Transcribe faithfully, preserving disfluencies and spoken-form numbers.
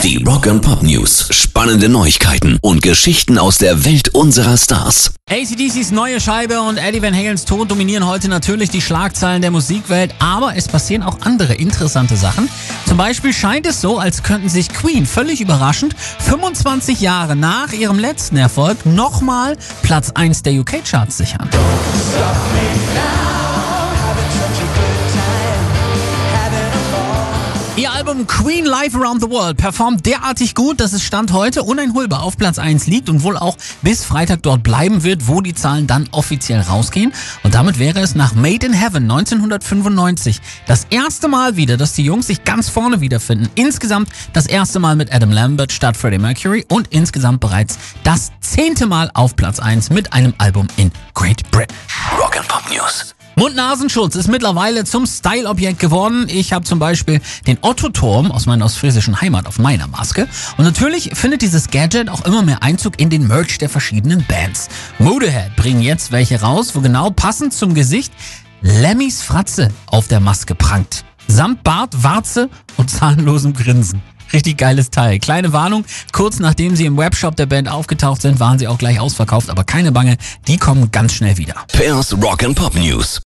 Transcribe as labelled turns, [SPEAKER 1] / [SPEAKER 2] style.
[SPEAKER 1] Die Rock and Pop News. Spannende Neuigkeiten und Geschichten aus der Welt unserer Stars.
[SPEAKER 2] A C D Cs neue Scheibe und Eddie Van Halens Tod dominieren heute natürlich die Schlagzeilen der Musikwelt, aber es passieren auch andere interessante Sachen. Zum Beispiel scheint es so, als könnten sich Queen völlig überraschend fünfundzwanzig Jahre nach ihrem letzten Erfolg nochmal Platz eins der U K-Charts sichern. Ihr Album Queen Live Around the World performt derartig gut, dass es Stand heute uneinholbar auf Platz eins liegt und wohl auch bis Freitag dort bleiben wird, wo die Zahlen dann offiziell rausgehen. Und damit wäre es nach Made in Heaven neunzehnhundertfünfundneunzig das erste Mal wieder, dass die Jungs sich ganz vorne wiederfinden. Insgesamt das erste Mal mit Adam Lambert statt Freddie Mercury und insgesamt bereits das zehnte Mal auf Platz eins mit einem Album in Great Britain.
[SPEAKER 1] Rock and Pop News.
[SPEAKER 2] Mund-Nasenschutz ist mittlerweile zum Style-Objekt geworden. Ich habe zum Beispiel den Otto-Turm aus meiner ostfriesischen Heimat auf meiner Maske. Und natürlich findet dieses Gadget auch immer mehr Einzug in den Merch der verschiedenen Bands. Motorhead bringen jetzt welche raus, wo genau passend zum Gesicht Lemmys Fratze auf der Maske prangt. Samt Bart, Warze und zahnlosem Grinsen. Richtig geiles Teil. Kleine Warnung, kurz nachdem sie im Webshop der Band aufgetaucht sind, waren sie auch gleich ausverkauft. Aber keine Bange, die kommen ganz schnell wieder.
[SPEAKER 1] Pairs Rock and Pop News.